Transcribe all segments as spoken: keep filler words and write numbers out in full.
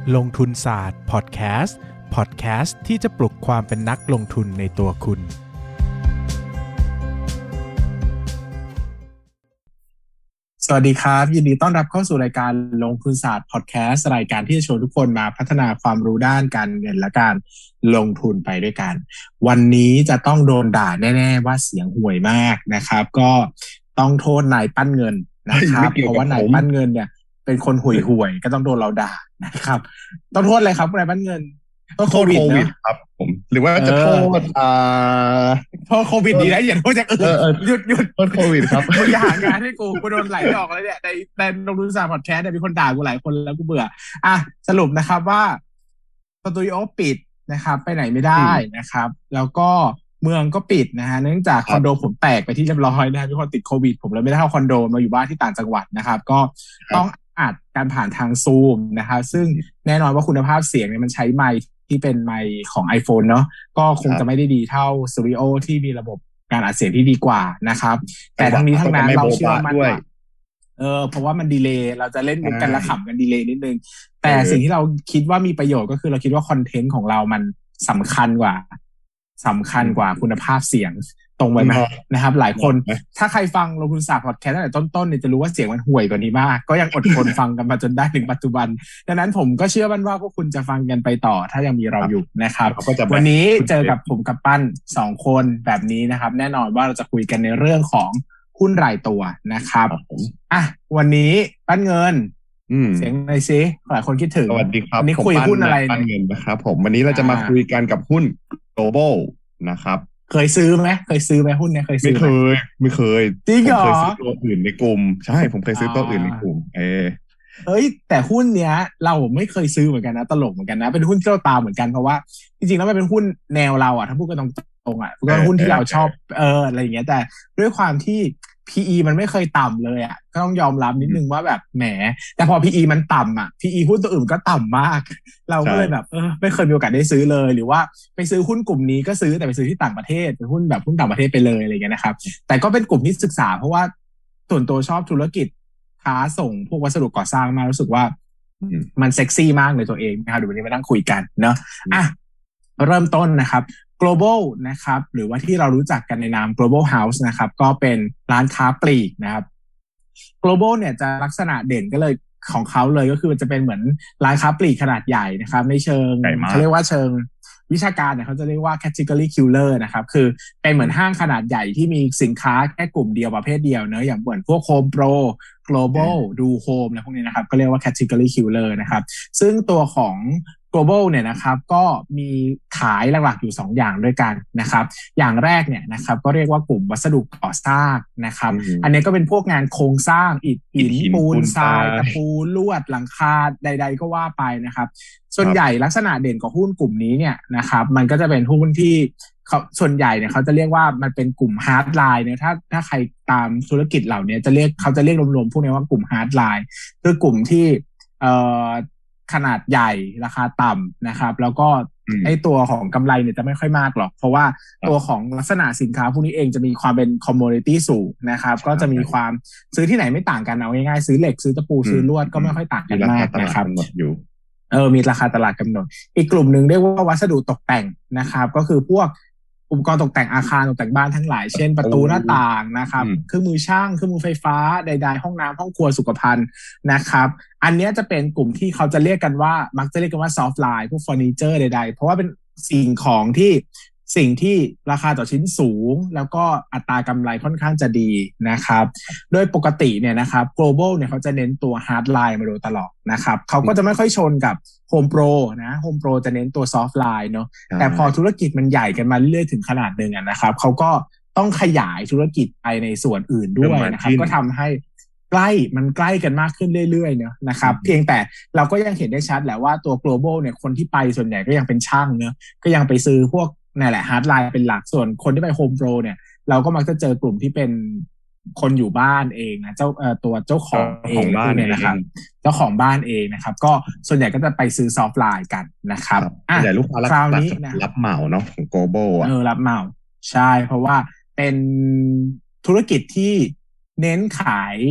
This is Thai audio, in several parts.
ลงทุนศาสตร์พอดแคสต์พอดแคสต์ที่จะปลุกความเป็นนักลงทุนในตัวคุณสวัสดีครับยินดีต้อนรับเข้าสู่รายการลงทุนศาสตร์พอดแคสต์รายการที่จะชวนทุกคนมาพัฒนาความรู้ด้านการเงินและการลงทุนไปด้วยกันวันนี้จะต้องโดนด่าแน่ๆว่าเสียงห่วยมากนะครับก็ต้องโทษนายปั้นเงินนะครับเพราะว่านายปั้นเงินเนี่ยเป็นคนห่วยๆก็ต้องโดนเราด่านะครับต้องโทษอะไรครับนายปั้นเงินโทษโควิดครับผมหรือว่าจะโทษอ่าโทษโควิดดีนะอย่าโทษอย่างอื่นหยุดหยุดโทษโควิดครับมึงอย่าหางานให้กูกูโดนไหลออกแล้วเนี่ยในในลงทุนศาสตร์พอดแคสต์เนี่ยมีคนด่ากูหลายคนแล้วกูเบื่ออ่ะสรุปนะครับว่าสตูดิโอปิดนะครับไปไหนไม่ได้นะครับแล้วก็เมืองก็ปิดนะฮะเนื่องจากคอนโดผมแตกไปที่เรียบร้อยนะมีคนติดโควิดผมเลยไม่ได้เข้าคอนโดมาอยู่บ้านที่ต่างจังหวัดนะครับก็ต้องอัดการผ่านทางซูมนะครับซึ่งแน่นอนว่าคุณภาพเสียงเนี่ยมันใช้ไมค์ที่เป็นไมค์ของ iPhone เนาะก็คงจะไม่ได้ดีเท่าสตูดิโอที่มีระบบการอัดเสียงที่ดีกว่านะครับแต่ทั้งนี้ทั้งนั้นเราเชื่อมั่นว่าเออเพราะว่ามันดีเลย์เราจะเล่นมุกกันละขำกันดีเลย์นิดนึงแต่สิ่งที่เราคิดว่ามีประโยชน์ก็คือเราคิดว่าคอนเทนต์ของเรามันสำคัญกว่าสำคัญกว่าคุณภาพเสียงตรงไว้ไหมนะครับหลายคนถ้าใครฟังลงทุนศาสตร์พอดแคสต์ตั้งแต่ต้นๆเนี่ยจะรู้ว่าเสียงมันห่วยกว่านี้มากก็ยังอดทนฟังกันมาจนได้ถึงปัจจุบันดังนั้นผมก็เชื่อมั่นว่าพวกคุณจะฟังกันไปต่อถ้ายังมีเราอยู่นะครับวันนี้เจอกับผมกับปั้นสองคนแบบนี้นะครับแน่นอนว่าเราจะคุยกันในเรื่องของหุ้นรายตัวนะครับอ่ะวันนี้ปั้นเงินเสียงอะไรซิหลายคนคิดถึงสวัสดีครับวันนี้คุยหุ้นอะไรปั้นเงินนะครับผมวันนี้เราจะมาคุยกันกับหุ้น global นะครับเคยซื้อไหมเคยซื้อไหมหุ้นเนี่ยเคยซื้อไม่เคยไม่เคยจริงเหรอผมเคยซื้อตัวอื่นในกลุ่มใช่ผมเคยซื้อตัวอื่นในกลุ่มเออเอ้ยแต่หุ้นเนี้ยเราไม่เคยซื้อเหมือนกันนะตลกเหมือนกันนะเป็นหุ้นที่เราตามเหมือนกันเพราะว่าจริงๆแล้วมันเป็นหุ้นแนวเราอ่ะถ้าพูดกันตรงๆอ่ะก็หุ้นที่เราชอบเอออะไรอย่างเงี้ยแต่ด้วยความที่ พี อี มันไม่เคยต่ำเลยอ่ะก็ต้องยอมรับนิดนึงว่าแบบแหมแต่พอ พี อี มันต่ำอ่ะ พี อี หุ้นตัวอื่นก็ต่ำมากเราก็เลยแบบเออไม่เคยมีโอกาสได้ซื้อเลยหรือว่าไปซื้อหุ้นกลุ่มนี้ก็ซื้อแต่ไปซื้อที่ต่างประเทศเป็นหุ้นแบบหุ้นต่างประเทศไปเลยอะไรเงี้ยนะครับแต่ก็เป็นกลุ่มที่ศึกษาเพราะว่าส่วนตัวชอบธุรกิจค้าส่งพวกวัสดุก่อสร้างมากรู้สึกว่ามันเซ็กซี่มากในตัวเองนะครับเดี๋ยววันนี้มานั่งคุยกันเนาะอ่ะเริ่มต้นนะครับglobal นะครับหรือว่าที่เรารู้จักกันในนาม global house นะครับก็เป็นร้านค้าปลีกนะครับ global เนี่ยจะลักษณะเด่นก็เลยของเขาเลยก็คือจะเป็นเหมือนร้านค้าปลีกขนาดใหญ่นะครับในเชิงเขาเรียกว่าเชิงวิชาการเนี่ยเขาจะเรียกว่า category killer นะครับคือเป็นเหมือนห้างขนาดใหญ่ที่มีสินค้าแค่กลุ่มเดียวประเภทเดียวเนอะอย่างเหมือนพวก Home Pro Global Do Home อะไรพวกนี้นะครับก็เรียกว่า category killer นะครับซึ่งตัวของ global เนี่ยนะครับก็มีขายหลักๆอยู่สองอย่างด้วยกันนะครับอย่างแรกเนี่ยนะครับก็เรียกว่ากลุ่มวัสดุก่อสร้างนะครับอันนี้ก็เป็นพวกงานโครงสร้างอิฐหินปูนทรายตะปูลวดหลังคาใดๆก็ว่าไปนะครับส่วนใหญ่ลักษณะเด่นของหุ้นกลุ่มนี้เนี่ยนะครับมันก็จะเป็นหุ้นที่เขาส่วนใหญ่เนี่ยเขาจะเรียกว่ามันเป็นกลุ่มฮาร์ดไลน์เนี่ยถ้าถ้าใครตามธุรกิจเหล่านี้จะเรียกเขาจะเรียกรวมๆพวกนี้ว่ากลุ่มฮาร์ดไลน์คือกลุ่มที่เอ่อขนาดใหญ่ราคาต่ำนะครับแล้วก็ไอตัวของกำไรเนี่ยจะไม่ค่อยมากหรอกเพราะว่าตัวของลักษณะสินค้าพวกนี้เองจะมีความเป็นคอมมูนิตี้สูงนะครับก็จะมีความซื้อที่ไหนไม่ต่างกันเอาง่ายๆซื้อเหล็กซื้อตะปูซื้อลวดก็ไม่ค่อยต่างกันมากนะครับเออมีราคาตลาดกำหนดอีกกลุ่มหนึ่งเรียกว่าวัสดุตกแต่งนะครับก็คือพวกอุปกรณ์ตกแต่งอาคารตกแต่งบ้านทั้งหลายเช่นประตูหน้าต่างนะครับเครื่องมือช่างเครื่องมือไฟฟ้าใดๆห้องน้ำห้องครัวสุขภัณฑ์นะครับอันนี้จะเป็นกลุ่มที่เขาจะเรียกกันว่ามักจะเรียกกันว่าซอฟต์ไลน์พวกเฟอร์นิเจอร์ใดๆเพราะว่าเป็นสิ่งของที่สิ่งที่ราคาต่อชิ้นสูงแล้วก็อัตรากำไรค่อนข้างจะดีนะครับโดยปกติเนี่ยนะครับ global เนี่ยเขาจะเน้นตัว hard line มาโดยตลอดนะครับเขาก็จะไม่ค่อยชนกับ Home Pro นะ Home Pro จะเน้นตัว soft line เนาะแต่พอธุรกิจมันใหญ่กันมาเรื่อยๆถึงขนาดนึงอ่ะนะครับเขาก็ต้องขยายธุรกิจไปในส่วนอื่นด้วยนะครับก็ทำให้ใกล้มันใกล้กันมากขึ้นเรื่อยๆเนาะนะครับเพียงแต่เราก็ยังเห็นได้ชัดแหละว่าตัว global เนี่ยคนที่ไปส่วนใหญ่ก็ยังเป็นช่างเนาะก็ยังไปซื้อพวกนั่นแหละฮาร์ดไลน์เป็นหลักส่วนคนที่ไปโฮมโปรเนี่ยเราก็มักจะเจอกลุ่มที่เป็นคนอยู่บ้านเองนะเจ้าเอ่อตัวเจ้าของเองบ้านเนี่ยนะครับเจ้าของบ้านเองนะครับก็ส่วนใหญ่ก็จะไปซื้อซอฟต์ไลน์กันนะครับอ่ะใหญ่ลูกค้าคราวนี้นะรับเหมาเนาะของ global อ่ะเออรับเหมาใช่เพราะว่าเป็นธุรกิจที่เน้นขาย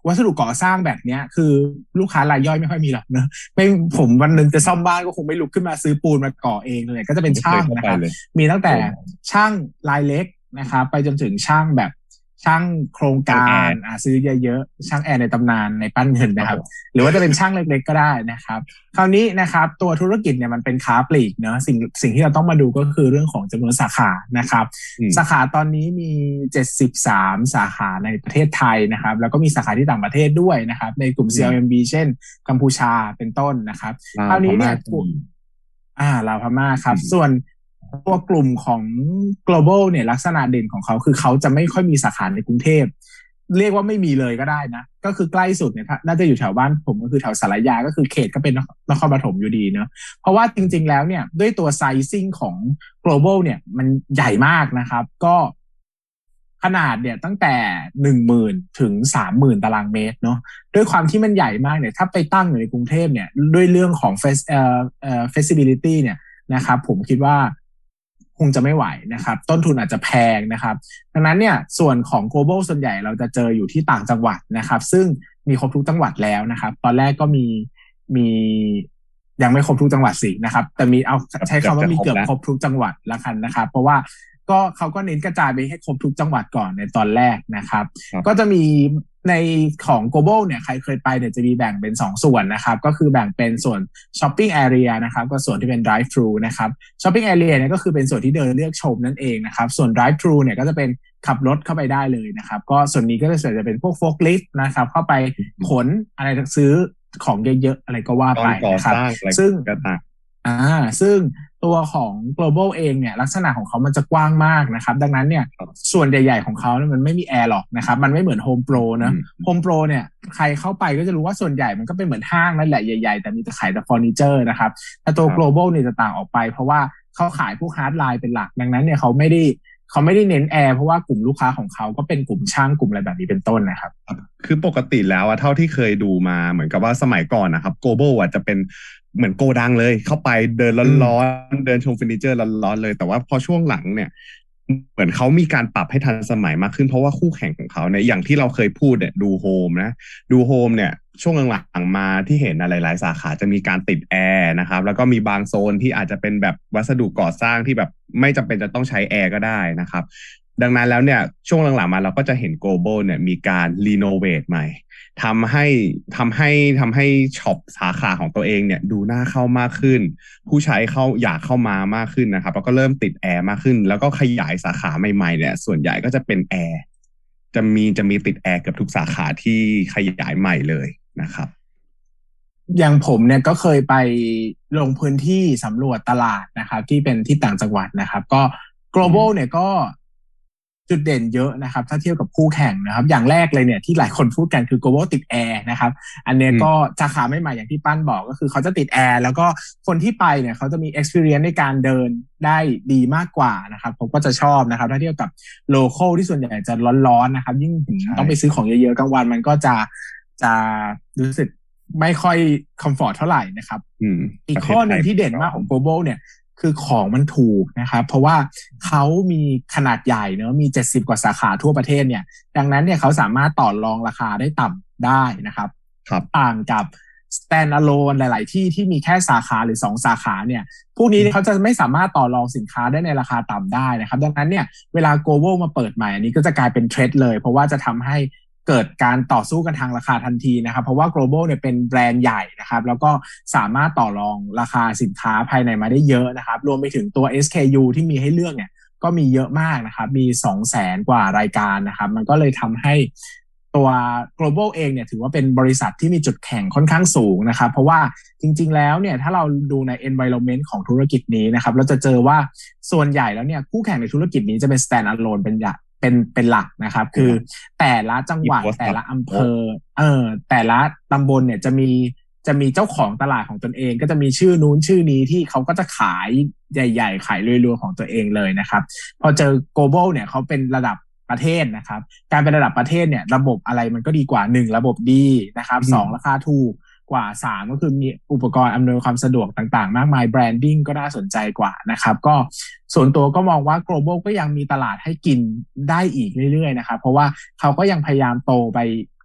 วัสดุก่อสร้างแบบเนี้ยคือลูกค้ารายย่อยไม่ค่อยมีหรอกเนอะไม่ผมวันนึงจะซ่อมบ้านก็คงไม่ลุกขึ้นมาซื้อปูนมาก่อเองเลยก็จะเป็นช่างนะครับมีตั้งแต่ช่างรายเล็กนะครับไปจนถึงช่างแบบช่างโครงการอ่าซื้อเยอะๆช่างแอร์ในตำนานในปั้นเงินนะครับหรือว่าจะเป็นช่างเล็กๆก็ได้นะครับคราวนี้นะครับตัวธุรกิจเนี่ยมันเป็นค้าปลีกเนอะสิ่งสิ่งที่เราต้องมาดูก็คือเรื่องของจำนวนสาขานะครับสาขาตอนนี้มีเจ็ดสิบสามสาขาในประเทศไทยนะครับแล้วก็มีสาขาที่ต่างประเทศด้วยนะครับในกลุ่ม ซี แอล เอ็ม บี เช่นกัมพูชาเป็นต้นนะครับคราวนี้เนี่ยอ่าลาวพม่าครับส่วนตัวกลุ่มของ global เนี่ยลักษณะเด่นของเขาคือเขาจะไม่ค่อยมีสาขาในกรุงเทพเรียกว่าไม่มีเลยก็ได้นะก็คือใกล้สุดเนี่ยน่าจะอยู่แถวบ้านผมก็คือแถวสารยาก็คือเขตก็เป็นนครปฐมอยู่ดีเนาะเพราะว่าจริงๆแล้วเนี่ยด้วยตัวไซซิ่งของ global เนี่ยมันใหญ่มากนะครับก็ขนาดเนี่ยตั้งแต่ หนึ่งหมื่น ถึง สามหมื่น ตารางเมตรเนาะด้วยความที่มันใหญ่มากเนี่ยถ้าไปตั้งอยู่ในกรุงเทพเนี่ยด้วยเรื่องของ face เอ่อเอ่อ feasibility เนี่ยนะครับผมคิดว่าคงจะไม่ไหวนะครับต้นทุนอาจจะแพงนะครับดังนั้นเนี่ยส่วนของ global ส่วนใหญ่เราจะเจออยู่ที่ต่างจังหวัดนะครับซึ่งมีครบทุกจังหวัดแล้วนะครับตอนแรกก็มีมียังไม่ครบทุกจังหวัดสินะครับแต่มีเอาใช้คำว่ามีเกือบครบทุกจังหวัดแล้วกันนะครับเพราะว่าก็เขาก็เน้นกระจายไปให้ครบทุกจังหวัดก่อนในตอนแรกนะครับก็จะมีในของ global เนี่ยใครเคยไปเนี่ยจะมีแบ่งเป็นสองส่วนนะครับก็คือแบ่งเป็นส่วน shopping area นะครับก็ส่วนที่เป็น drive thru นะครับ shopping area เนี่ยก็คือเป็นส่วนที่เดินเลือกชมนั่นเองนะครับส่วน drive thru เนี่ยก็จะเป็นขับรถเข้าไปได้เลยนะครับก็ส่วนนี้ก็จะส่วนจะเป็นพวก forklift นะครับเข้าไปขนอะไรซื้อของเยอะๆอะไรก็ว่าไปนะครับซึ่งอ่าซึ่งตัวของ global เองเนี่ยลักษณะของเขามันจะกว้างมากนะครับดังนั้นเนี่ยส่วนใหญ่ๆของเขาเนี่ยมันไม่มีแอร์หรอกนะครับมันไม่เหมือน Home Pro นะ Home Pro เนี่ยใครเข้าไปก็จะรู้ว่าส่วนใหญ่มันก็เป็นเหมือนห้างนั่นแหละใหญ่ๆแต่มีแต่ขายแต่เฟอร์นิเจอร์นะครับแต่ตัว global เนี่ยจะต่างออกไปเพราะว่าเขาขายพวกฮาร์ดไลน์เป็นหลักดังนั้นเนี่ยเขาไม่ได้เขาไม่ได้เน้นแอร์เพราะว่ากลุ่มลูกค้าของเขาก็เป็นกลุ่มช่างกลุ่มอะไรแบบนี้เป็นต้นนะครับคือปกติแล้วอะเท่าที่เคยดูมาเหมือนกับว่าสมัยก่อนนะครับ global อะจะเป็นเหมือนโกดังเลยเข้าไปเดินร้อนๆเดินชมเฟอร์นิเจอร์ร้อนๆเลยแต่ว่าพอช่วงหลังเนี่ยเหมือนเขามีการปรับให้ทันสมัยมากขึ้นเพราะว่าคู่แข่งของเขาเนี่ยอย่างที่เราเคยพูดเนี่ยดูโฮมนะดูโฮมเนี่ยช่วงหลังๆมาที่เห็นหลายๆสาขาจะมีการติดแอร์นะครับแล้วก็มีบางโซนที่อาจจะเป็นแบบวัสดุก่อสร้างที่แบบไม่จำเป็นจะต้องใช้แอร์ก็ได้นะครับดังนั้นแล้วเนี่ยช่วงหลังๆมาเราก็จะเห็น global เนี่ยมีการรีโนเวทใหม่ทำให้ทำให้ทำให้ช็อปสาขาของตัวเองเนี่ยดูน่าเข้ามากขึ้นผู้ใช้เข้าอยากเข้ามามากขึ้นนะครับแล้วก็เริ่มติดแอร์มากขึ้นแล้วก็ขยายสาขาใหม่ๆเนี่ยส่วนใหญ่ก็จะเป็นแอร์จะมีจะมีติดแอร์เกือบทุกสาขาที่ขยายใหม่เลยนะครับอย่างผมเนี่ยก็เคยไปลงพื้นที่สำรวจตลาดนะครับที่เป็นที่ต่างจังหวัดนะครับก็ global เนี่ยก็จุดเด่นเยอะนะครับถ้าเทียบกับคู่แข่งนะครับอย่างแรกเลยเนี่ยที่หลายคนพูดกันคือ global ติดแอร์นะครับอันนี้ก็สาขาใหม่ๆอย่างที่ปั้นบอกก็คือเขาจะติดแอร์แล้วก็คนที่ไปเนี่ยเขาจะมี experience ในการเดินได้ดีมากกว่านะครับผมก็จะชอบนะครับถ้าเทียบกับ local ที่ส่วนใหญ่จะร้อนๆนะครับยิ่งต้องไปซื้อของเยอะๆกลางวันมันก็จะจะรู้สึกไม่ค่อยคอมฟอร์ตเท่าไหร่นะครับ อ, อีกข้อหนึ่งที่เด่นมากของ global เนี่ยคือของมันถูกนะครับเพราะว่าเขามีขนาดใหญ่เนอะมีเจ็ดสิบกว่าสาขาทั่วประเทศเนี่ยดังนั้นเนี่ยเขาสามารถต่อรองราคาได้ต่ำได้นะครับครับต่างกับ stand alone หลายๆที่ที่มีแค่สาขาหรือสองสาขาเนี่ยพวกนี้เขาจะไม่สามารถต่อรองสินค้าได้ในราคาต่ำได้นะครับดังนั้นเนี่ยเวลา global มาเปิดใหม่อันนี้ก็จะกลายเป็นเทรนด์เลยเพราะว่าจะทำให้เกิดการต่อสู้กันทางราคาทันทีนะครับเพราะว่า global เนี่ยเป็นแบรนด์ใหญ่นะครับแล้วก็สามารถต่อรองราคาสินค้าภายในมาได้เยอะนะครับรวมไปถึงตัว เอส เค ยู ที่มีให้เลือกเนี่ยก็มีเยอะมากนะครับมี สองแสน กว่ารายการนะครับมันก็เลยทำให้ตัว global เองเนี่ยถือว่าเป็นบริษัทที่มีจุดแข็งค่อนข้างสูงนะครับเพราะว่าจริงๆแล้วเนี่ยถ้าเราดูใน environment ของธุรกิจนี้นะครับเราจะเจอว่าส่วนใหญ่แล้วเนี่ยคู่แข่งในธุรกิจนี้จะเป็น stand alone เป็นอย่างเป็นเป็นหลักนะครับคือแต่ละจังหวัดแต่ละอำเภอเออแต่ละตำบลเนี่ยจะมีจะมีเจ้าของตลาดของตนเองก็จะมีชื่อนู้นชื่อนี้ที่เขาก็จะขายใหญ่ๆขายรวยๆของตัวเองเลยนะครับพอเจอ global เนี่ยเขาเป็นระดับประเทศนะครับการเป็นระดับประเทศเนี่ยระบบอะไรมันก็ดีกว่าหนึ่งระบบดีนะครับสองราคาถูกกว่าสามก็คือมีอุปกรณ์อำนวยความสะดวกต่างๆมากมายแบรนดิ้งก็น่าสนใจกว่านะครับก็ส่วนตัวก็มองว่า global ก็ยังมีตลาดให้กินได้อีกเรื่อยๆนะครับเพราะว่าเขาก็ยังพยายามโตไป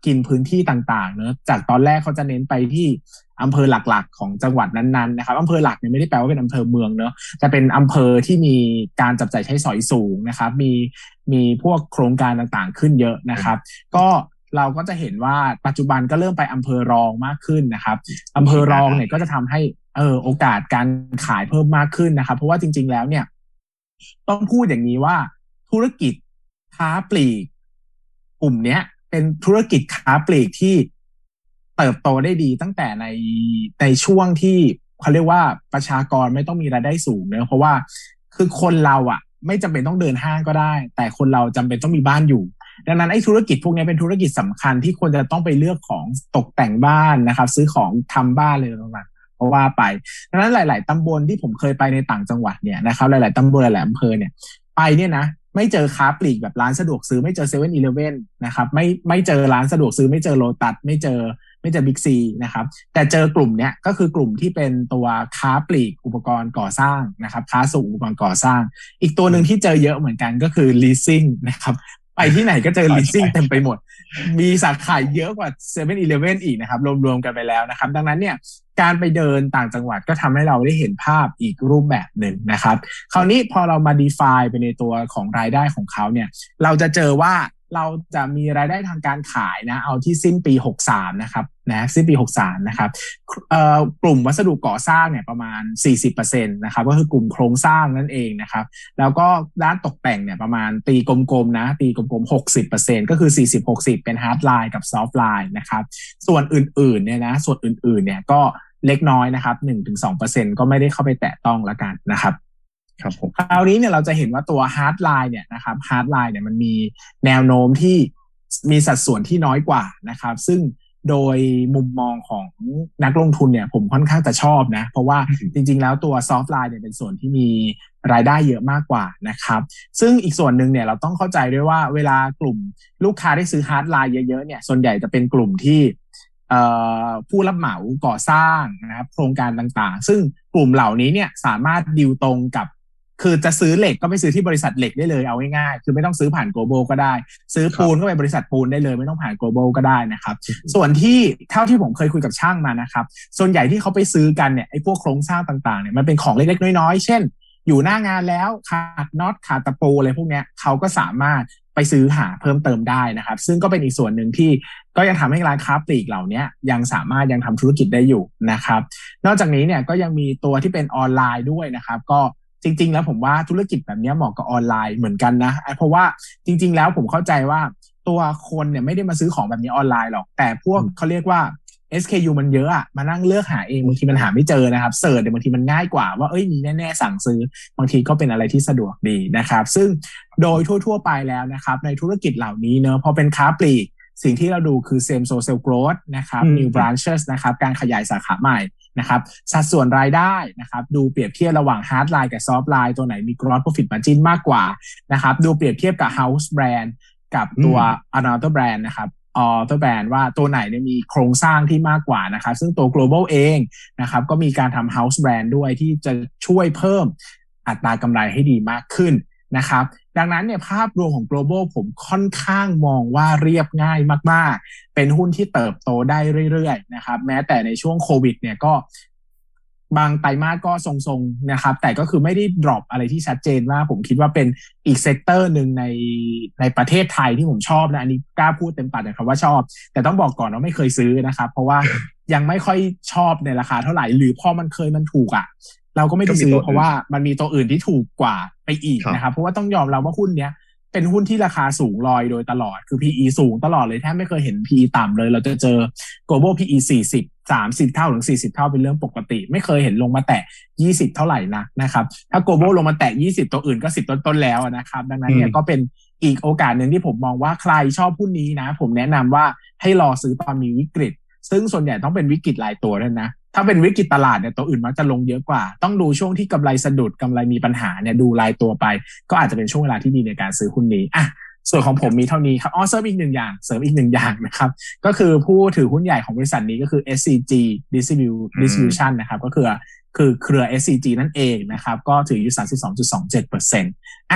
กินพื้นที่ต่างๆเนอะจากตอนแรกเขาจะเน้นไปที่อำเภอหลักๆของจังหวัดนั้นๆนะครับอำเภอหลักเนี่ยไม่ได้แปลว่าเป็นอำเภอเมืองเนอะแต่เป็นอำเภอที่มีการจับจ่ายใช้สอยสูงนะครับมีมีพวกโครงการต่างๆขึ้นเยอะนะครับก็เราก็จะเห็นว่าปัจจุบันก็เริ่มไปอำเภอรองมากขึ้นนะครับอำเภอรองเนี่ยก็จะทำให้เออโอกาสการขายเพิ่มมากขึ้นนะครับเพราะว่าจริงๆแล้วเนี่ยต้องพูดอย่างนี้ว่าธุรกิจค้าปลีกกลุ่มเนี้ยเป็นธุรกิจค้าปลีกที่เติบโตได้ดีตั้งแต่ในในช่วงที่เขาเรียกว่าประชากรไม่ต้องมีรายได้สูงเนอะเพราะว่าคือคนเราอ่ะไม่จำเป็นต้องเดินห้างก็ได้แต่คนเราจำเป็นต้องมีบ้านอยู่ดังนั้นไอ้ธุรกิจพวกนี้เป็นธุรกิจสำคัญที่ควรจะต้องไปเลือกของตกแต่งบ้านนะครับซื้อของทำบ้านเลยประมาณเพราะว่าไปดังนั้นหลายๆตำบลที่ผมเคยไปในต่างจังหวัดเนี่ยนะครับหลายๆตำบลหลายๆอำเภอเนี่ยไปเนี่ยนะไม่เจอค้าปลีกแบบร้านสะดวกซื้อไม่เจอเซเว่นอีเลฟเว่นนะครับไม่ไม่เจอร้านสะดวกซื้อไม่เจอโลตัสไม่เจอไม่เจอบิ๊กซีนะครับแต่เจอกลุ่มเนี้ยก็คือกลุ่มที่เป็นตัวค้าปลีกอุปกรณ์ก่อสร้างนะครับค้าส่งอุปกรณ์ก่อสร้างอีกตัวหนึ่งที่เจอเยอะเหมือนกันก็คือ leasing นะครับไปที่ไหนก็เจอ leasing เต็มไปหมดมีสาขาเยอะกว่าเซเว่นอีเลฟเว่นอีกนะครับรวมๆกันไปแล้วนะครับดังนั้นเนี่ยการไปเดินต่างจังหวัดก็ทำให้เราได้เห็นภาพอีกรูปแบบหนึ่งนะครับคราวนี้พอเรามา define ไปในตัวของรายได้ของเขาเนี่ยเราจะเจอว่าเราจะมีรายได้ทางการขายนะเอาที่สิ้นปีหกสิบสามนะครับนะสิ้นปีหกสิบสามนะครับเอ่อกลุ่มวัสดุก่อสร้างเนี่ยประมาณ สี่สิบเปอร์เซ็นต์ นะครับก็คือกลุ่มโครงสร้างนั่นเองนะครับแล้วก็ด้านตกแต่งเนี่ยประมาณตีกลมๆนะตีกลมๆ หกสิบเปอร์เซ็นต์ ก็คือ สี่สิบ หกสิบ เป็นฮาร์ดไลน์กับซอฟต์ไลน์นะครับส่วนอื่นๆเนี่ยนะส่วนอื่นๆเนี่ยก็เล็กน้อยนะครับ หนึ่งถึงสองเปอร์เซ็นต์ ก็ไม่ได้เข้าไปแตะต้องละกันนะครับครับผมคราวนี้เนี่ยเราจะเห็นว่าตัวฮาร์ดไลน์เนี่ยนะครับฮาร์ดไลน์เนี่ยมันมีแนวโน้มที่มีสัดส่วนที่น้อยกว่านะครับซึ่งโดยมุมมองของนักลงทุนเนี่ยผมค่อนข้างจะชอบนะเพราะว่าจริงๆแล้วตัวซอฟต์ไลน์เนี่ยเป็นส่วนที่มีรายได้เยอะมากกว่านะครับซึ่งอีกส่วนหนึ่งเนี่ยเราต้องเข้าใจด้วยว่าเวลากลุ่มลูกค้าได้ซื้อฮาร์ดไลน์เยอะๆเนี่ยส่วนใหญ่จะเป็นกลุ่มที่ผู้รับเหมาก่อสร้างนะครับโครงการต่างๆซึ่งกลุ่มเหล่านี้เนี่ยสามารถดีลตรงกับคือจะซื้อเหล็กก็ไปซื้อที่บริษัทเหล็กได้เลยเอาง่ายๆคือไม่ต้องซื้อผ่าน global ก็ได้ซื้อปูนก็ไปบริษัทปูนได้เลยไม่ต้องผ่าน global ก็ได้นะครับส่วนที่เท่าที่ผมเคยคุยกับช่างมานะครับส่วนใหญ่ที่เขาไปซื้อกันเนี่ยไอ้พวกโครงสร้างต่างๆเนี่ยมันเป็นของเล็กๆน้อยๆเช่นอยู่หน้างานแล้วขาดน็อตขาดตะปูอะไรพวกเนี้ยเขาก็สามารถไปซื้อหาเพิ่มเติมได้นะครับซึ่งก็เป็นอีกส่วนหนึ่งที่ก็ยังทำให้ร้านค้าปลีกเหล่านี้ยังสามารถยังทำธุรกิจได้อยู่นะครับนอกจากนี้เนี่ยก็ยังมีตัวที่เป็นออนไลน์ด้วยนะครับก็จริงๆแล้วผมว่าธุรกิจแบบนี้เหมาะกับออนไลน์เหมือนกันนะเพราะว่าจริงๆแล้วผมเข้าใจว่าตัวคนเนี่ยไม่ได้มาซื้อของแบบนี้ออนไลน์หรอกแต่พวกเขาเรียกว่า เอส เค ยู มันเยอะอะมานั่งเลือกหาเองบางทีมันหาไม่เจอนะครับเสิร์ชเนี่ยบางทีมันง่ายกว่าว่าเอ้ยมีแน่ๆสั่งซื้อบางทีก็เป็นอะไรที่สะดวกดีนะครับซึ่งโดยทั่วๆไปแล้วนะครับในธุรกิจเหล่านี้เนอะพอเป็นค้าปลีกสิ่งที่เราดูคือ same store sales growth นะครับ new branches นะครับการขยายสาขาใหม่นะครับสัดส่วนรายได้นะครับดูเปรียบเทียบระหว่าง hard line กับ soft line ตัวไหนมี gross profit margin มากกว่านะครับดูเปรียบเทียบกับ house brand กับตัว another brand นะครับanother brand ว่าตัวไหนเนี่ยมีโครงสร้างที่มากกว่านะครับซึ่งตัว global เองนะครับก็มีการทำ house brand ด้วยที่จะช่วยเพิ่มอัตรากำไรให้ดีมากขึ้นนะครับดังนั้นเนี่ยภาพรวมของ global ผมค่อนข้างมองว่าเรียบง่ายมากๆเป็นหุ้นที่เติบโตได้เรื่อยๆนะครับแม้แต่ในช่วงโควิดเนี่ยก็บางไตรมาสก็ทรงๆนะครับแต่ก็คือไม่ได้ drop อะไรที่ชัดเจนมากผมคิดว่าเป็นอีกเซกเตอร์หนึ่งในในประเทศไทยที่ผมชอบนะอันนี้กล้าพูดเต็มปากเลยครับว่าชอบแต่ต้องบอกก่อนว่าไม่เคยซื้อนะครับเพราะว่ายังไม่ค่อยชอบในราคาเท่าไหร่หรือพอมันเคยมันถูกอ่ะเราก็ไม่ได้ซื้อเพราะว่ามันมีตัวอื่นที่ถูกกว่าไปอีกนะครับเพราะว่าต้องยอมรับว่าหุ้นเนี้ยเป็นหุ้นที่ราคาสูงลอยโดยตลอดคือ พี อี สูงตลอดเลยแทบไม่เคยเห็น พี อี ต่ำเลยเราจะเจอ global พี อี สี่สิบ สามสิบเท่าถึงสี่สิบเท่าเป็นเรื่องปกติไม่เคยเห็นลงมาแตะยี่สิบเท่าไหร่นะนะครับถ้า global ลงมาแตะยี่สิบตัวอื่นก็สิบต้นๆแล้วนะครับดังนั้นเนี่ยก็เป็นอีกโอกาสนึงที่ผมมองว่าใครชอบหุ้นนี้นะผมแนะนำว่าให้รอซื้อตอนมีวิกฤตซึ่งส่วนใหญ่ต้องเป็นวิกฤตรายตัวด้วยนะถ้าเป็นวิกฤตตลาดเนี่ยตัวอื่นมักจะลงเยอะกว่าต้องดูช่วงที่กำไรสะดุดกำไรมีปัญหาเนี่ยดูรายตัวไปก็อาจจะเป็นช่วงเวลาที่ดีในการซื้อหุ้นนี้อ่ะส่วนของผมมีเท่านี้ครับอ๋อเสริมอีกหนึ่งอย่างเสริมอีกหนึ่งอย่างนะครับก็คือผู้ถือหุ้นใหญ่ของบริษัทนี้ก็คือ เอส ซี จี Distribution นะครับก็คือคือเครือ เอส ซี จี นั่นเองนะครับก็ถืออยู่ สามสิบสองจุดสองเจ็ดเปอร์เซ็นต์ อ่ะ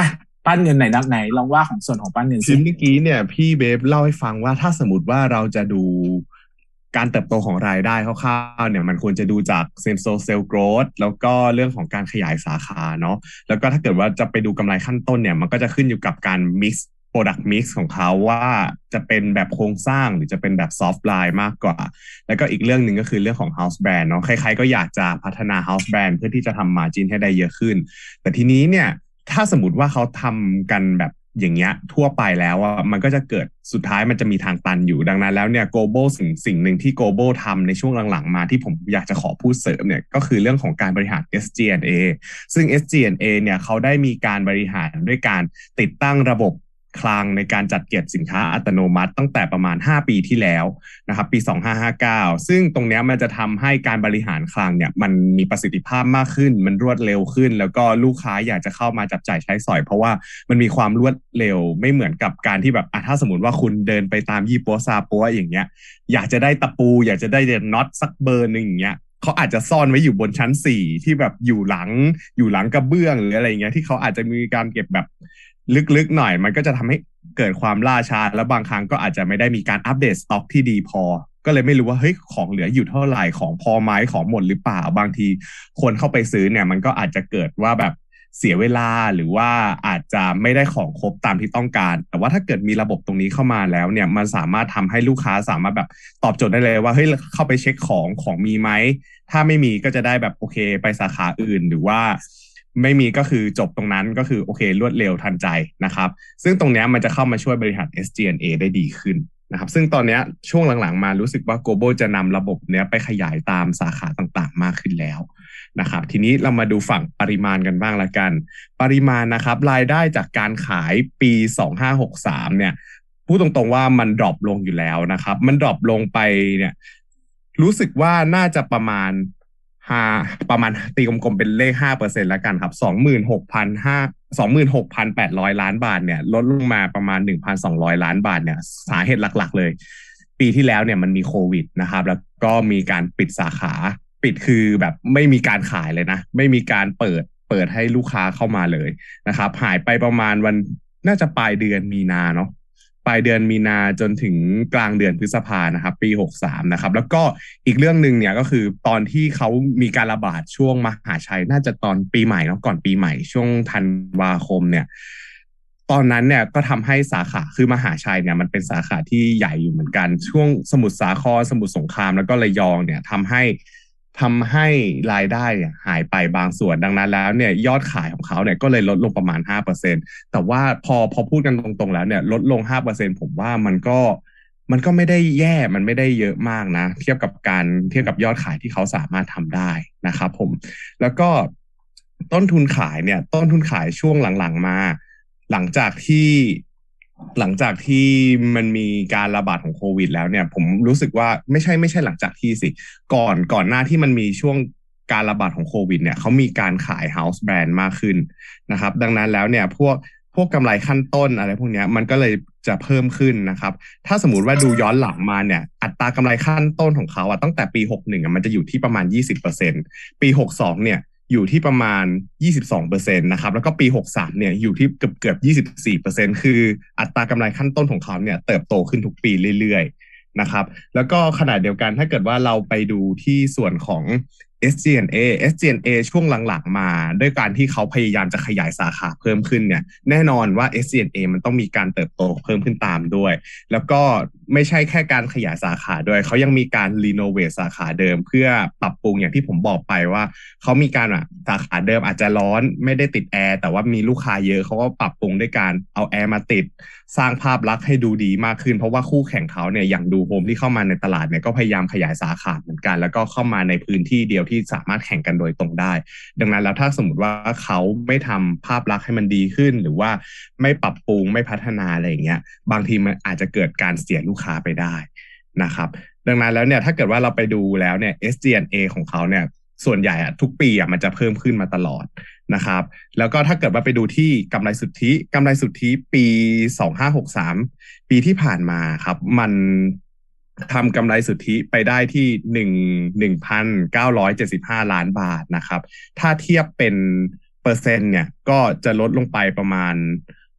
ปั้นเงินไหนนักไหนลองว่าของส่วนของปั้นเงินสิชิ้นเมื่อกี้เนี่ยพี่เบฟเล่าให้ฟังว่าถ้าสมมติว่าเราจะดูการเติบโตของรายได้คร่าวๆเนี่ยมันควรจะดูจาก Same-store Sales Growth แล้วก็เรื่องของการขยายสาขาเนาะแล้วก็ถ้าเกิดว่าจะไปดูกำไรขั้นต้นเนี่ยมันก็จะขึ้นอยู่กับการ mix product mix ของเขาว่าจะเป็นแบบโครงสร้างหรือจะเป็นแบบ soft line มากกว่าแล้วก็อีกเรื่องหนึ่งก็คือเรื่องของ house brand เนาะใครๆก็อยากจะพัฒนา house brand เพื่อที่จะทำ margin ให้ได้เยอะขึ้นแต่ทีนี้เนี่ยถ้าสมมติว่าเขาทำกันแบบอย่างเงี้ยทั่วไปแล้วอ่ะมันก็จะเกิดสุดท้ายมันจะมีทางตันอยู่ดังนั้นแล้วเนี่ย global สิ่งสิ่งหนึ่งที่ global ทำในช่วงหลังๆมาที่ผมอยากจะขอพูดเสริมเนี่ยก็คือเรื่องของการบริหาร เอส จี แอนด์ เอ ซึ่ง เอส จี แอนด์ เอ เนี่ยเขาได้มีการบริหารด้วยการติดตั้งระบบคลังในการจัดเก็บสินค้าอัตโนมัติตั้งแต่ประมาณห้าปีที่แล้วนะครับปีสองพันห้าร้อยห้าสิบเก้าซึ่งตรงนี้มันจะทำให้การบริหารคลังเนี่ยมันมีประสิทธิภาพมากขึ้นมันรวดเร็วขึ้นแล้วก็ลูกค้าอยากจะเข้ามาจับจ่ายใช้สอยเพราะว่ามันมีความรวดเร็วไม่เหมือนกับการที่แบบอ่ะถ้าสมมติว่าคุณเดินไปตามยี่ปัวซาปัวอย่างเงี้ยอยากจะได้ตะปูอยากจะได้เดนน็อตสักเบอร์นึงอย่างเงี้ยเขาอาจจะซ่อนไว้อยู่บนชั้นสี่ที่แบบอยู่หลังอยู่หลังกระเบื้องหรืออะไรเงี้ยที่เขาอาจจะมีการเก็บแบบลึกๆหน่อยมันก็จะทำให้เกิดความล่าช้าแล้วบางครั้งก็อาจจะไม่ได้มีการอัปเดตสต็อกที่ดีพอก็เลยไม่รู้ว่าเฮ้ยของเหลืออยู่เท่าไหร่ของพอไหมของหมดหรือเปล่าบางทีคนเข้าไปซื้อเนี่ยมันก็อาจจะเกิดว่าแบบเสียเวลาหรือว่าอาจจะไม่ได้ของครบตามที่ต้องการแต่ว่าถ้าเกิดมีระบบตรงนี้เข้ามาแล้วเนี่ยมันสามารถทำให้ลูกค้าสามารถแบบตอบโจทย์ได้เลยว่าเฮ้ยเข้าไปเช็คของของมีไหมถ้าไม่มีก็จะได้แบบโอเคไปสาขาอื่นหรือว่าไม่มีก็คือจบตรงนั้นก็คือโอเครวดเร็วทันใจนะครับซึ่งตรงนี้มันจะเข้ามาช่วยบริหาร เอส จี แอนด์ เอ ได้ดีขึ้นนะครับซึ่งตอนนี้ช่วงหลังๆมารู้สึกว่า Global จะนำระบบเนี้ยไปขยายตามสาขาต่างๆมากขึ้นแล้วนะครับทีนี้เรามาดูฝั่งปริมาณกันบ้างละกันปริมาณนะครับรายได้จากการขายปีสองพันห้าร้อยหกสิบสามเนี่ยพูดตรงๆว่ามันดรอปลงอยู่แล้วนะครับมันดรอปลงไปเนี่ยรู้สึกว่าน่าจะประมาณห้าประมาณตีกลมๆเป็นเลข ห้าเปอร์เซ็นต์ แล้วกันครับ สองหมื่นหกพันห้าร้อย สองหมื่นหกพันแปดร้อย ล้านบาทเนี่ยลดลงมาประมาณ หนึ่งพันสองร้อย ล้านบาทเนี่ยสาเหตุหลักๆเลยปีที่แล้วเนี่ยมันมีโควิดนะครับแล้วก็มีการปิดสาขาปิดคือแบบไม่มีการขายเลยนะไม่มีการเปิดเปิดให้ลูกค้าเข้ามาเลยนะครับหายไปประมาณวันน่าจะปลายเดือนมีนาเนาะปลายเดือนมีนาจนถึงกลางเดือนพฤษภานะครับปีหกสิบสามนะครับแล้วก็อีกเรื่องนึงเนี่ยก็คือตอนที่เขามีการระบาดช่วงมหาชัยน่าจะตอนปีใหม่เนาะก่อนปีใหม่ช่วงธันวาคมเนี่ยตอนนั้นเนี่ยก็ทำให้สาขาคือมหาชัยเนี่ยมันเป็นสาขาที่ใหญ่อยู่เหมือนกันช่วงสมุทรสาครสมุทรสงครามแล้วก็ระยองเนี่ยทำให้ทำให้รายได้หายไปบางส่วนดังนั้นแล้วเนี่ยยอดขายของเขาเนี่ยก็เลยลดลงประมาณ ห้าเปอร์เซ็นต์ แต่ว่าพอพอพูดกันตรงๆแล้วเนี่ยลดลง ห้าเปอร์เซ็นต์ ผมว่ามันก็มันก็ไม่ได้แย่มันไม่ได้เยอะมากนะเทียบกับการเทียบกับยอดขายที่เขาสามารถทำได้นะครับผมแล้วก็ต้นทุนขายเนี่ยต้นทุนขายช่วงหลังๆมาหลังจากที่หลังจากที่มันมีการระบาดของโควิดแล้วเนี่ยผมรู้สึกว่าไม่ใช่ไม่ใช่หลังจากที่สิก่อนก่อนหน้าที่มันมีช่วงการระบาดของโควิดเนี่ยเขามีการขาย house brand มากขึ้นนะครับดังนั้นแล้วเนี่ยพวกพวกกำไรขั้นต้นอะไรพวกนี้มันก็เลยจะเพิ่มขึ้นนะครับถ้าสมมุติว่าดูย้อนหลังมาเนี่ยอัตรากำไรขั้นต้นของเขาอะตั้งแต่ปีหกสิบเอ็ดอะมันจะอยู่ที่ประมาณ ยี่สิบเปอร์เซ็นต์ ปีหกสิบสองเนี่ยอยู่ที่ประมาณ ยี่สิบสองเปอร์เซ็นต์ นะครับแล้วก็ปีหกสิบสามเนี่ยอยู่ที่เกือบเกือบ ยี่สิบสี่เปอร์เซ็นต์ คืออัตรากำไรขั้นต้นของเขาเนี่ยเติบโตขึ้นทุกปีเรื่อยๆนะครับแล้วก็ขณะเดียวกันถ้าเกิดว่าเราไปดูที่ส่วนของ เอส จี แอนด์ เอ เอส จี แอนด์ เอ ช่วงหลังๆมาด้วยการที่เขาพยายามจะขยายสาขาเพิ่มขึ้นเนี่ยแน่นอนว่า เอส จี แอนด์ เอ มันต้องมีการเติบโตเพิ่มขึ้นตามด้วยแล้วก็ไม่ใช่แค่การขยายสาขาด้วยเขายังมีการรีโนเวทสาขาเดิมเพื่อปรับปรุงอย่างที่ผมบอกไปว่าเขามีการอ่ะสาขาเดิมอาจจะร้อนไม่ได้ติดแอร์แต่ว่ามีลูกค้าเยอะเขาก็ปรับปรุงด้วยการเอาแอร์มาติดสร้างภาพลักษณ์ให้ดูดีมากขึ้นเพราะว่าคู่แข่งเขาเนี่ยอย่างดูโฮมที่เข้ามาในตลาดเนี่ยก็พยายามขยายสาขาเหมือนกันแล้วก็เข้ามาในพื้นที่เดียวที่สามารถแข่งกันโดยตรงได้ดังนั้นแล้วถ้าสมมติว่าเขาไม่ทำภาพลักษณ์ให้มันดีขึ้นหรือว่าไม่ปรับปรุงไม่พัฒนาอะไรอย่างเงี้ยบางทีมันอาจจะเกิดการเสียลูกค้าไปได้นะครับดังนั้นแล้วเนี่ยถ้าเกิดว่าเราไปดูแล้วเนี่ย เอส จี แอนด์ เอ ของเขาเนี่ยส่วนใหญ่อะทุกปีอะมันจะเพิ่มขึ้นมาตลอดนะครับแล้วก็ถ้าเกิดว่าไปดูที่กำไรสุทธิกำไรสุทธิปีสองพันห้าร้อยหกสิบสามปีที่ผ่านมาครับมันทำกำไรสุทธิไปได้ที่หนึ่ง หนึ่งพันเก้าร้อยเจ็ดสิบห้า ล้านบาทนะครับถ้าเทียบเป็นเปอร์เซ็นต์เนี่ยก็จะลดลงไปประมาณ